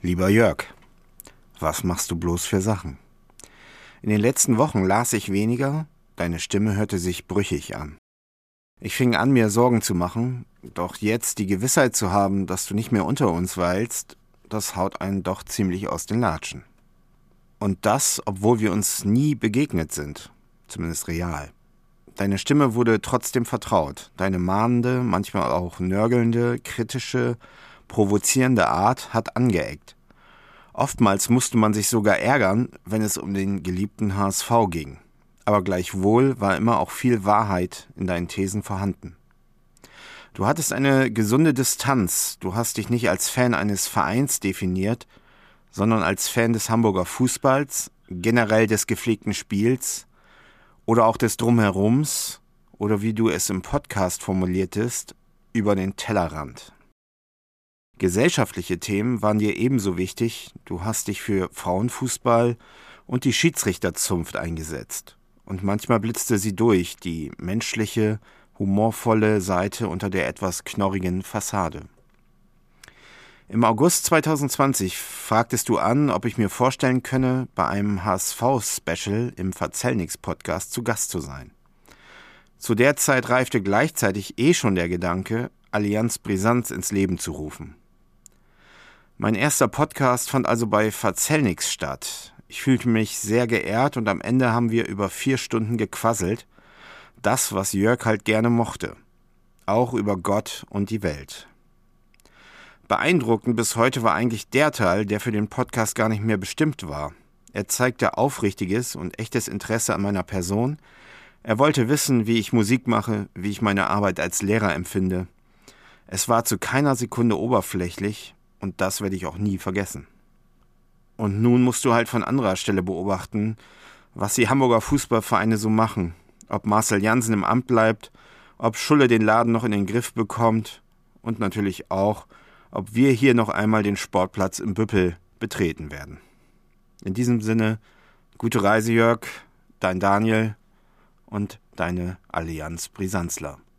Lieber Jörg, was machst du bloß für Sachen? In den letzten Wochen las ich weniger, deine Stimme hörte sich brüchig an. Ich fing an, mir Sorgen zu machen, doch jetzt die Gewissheit zu haben, dass du nicht mehr unter uns weilst, das haut einen doch ziemlich aus den Latschen. Und das, obwohl wir uns nie begegnet sind, zumindest real. Deine Stimme wurde trotzdem vertraut, deine mahnende, manchmal auch nörgelnde, kritische, provozierende Art hat angeeckt. Oftmals musste man sich sogar ärgern, wenn es um den geliebten HSV ging. Aber gleichwohl war immer auch viel Wahrheit in deinen Thesen vorhanden. Du hattest eine gesunde Distanz, du hast dich nicht als Fan eines Vereins definiert, sondern als Fan des Hamburger Fußballs, generell des gepflegten Spiels oder auch des Drumherums oder wie du es im Podcast formuliertest, über den Tellerrand. Gesellschaftliche Themen waren dir ebenso wichtig, du hast dich für Frauenfußball und die Schiedsrichterzunft eingesetzt. Und manchmal blitzte sie durch, die menschliche, humorvolle Seite unter der etwas knorrigen Fassade. Im August 2020 fragtest du an, ob ich mir vorstellen könne, bei einem HSV-Special im Verzellnix-Podcast zu Gast zu sein. Zu der Zeit reifte gleichzeitig schon der Gedanke, Allianz Brisanz ins Leben zu rufen. Mein erster Podcast fand also bei Verzellnix statt. Ich fühlte mich sehr geehrt und am Ende haben wir über 4 Stunden gequasselt. Das, was Jörg halt gerne mochte. Auch über Gott und die Welt. Beeindruckend bis heute war eigentlich der Teil, der für den Podcast gar nicht mehr bestimmt war. Er zeigte aufrichtiges und echtes Interesse an meiner Person. Er wollte wissen, wie ich Musik mache, wie ich meine Arbeit als Lehrer empfinde. Es war zu keiner Sekunde oberflächlich und das werde ich auch nie vergessen. Und nun musst du halt von anderer Stelle beobachten, was die Hamburger Fußballvereine so machen. Ob Marcel Jansen im Amt bleibt, ob Schulle den Laden noch in den Griff bekommt und natürlich auch, ob wir hier noch einmal den Sportplatz im Büppel betreten werden. In diesem Sinne, gute Reise, Jörg, dein Daniel und deine Allianz Brisanzler.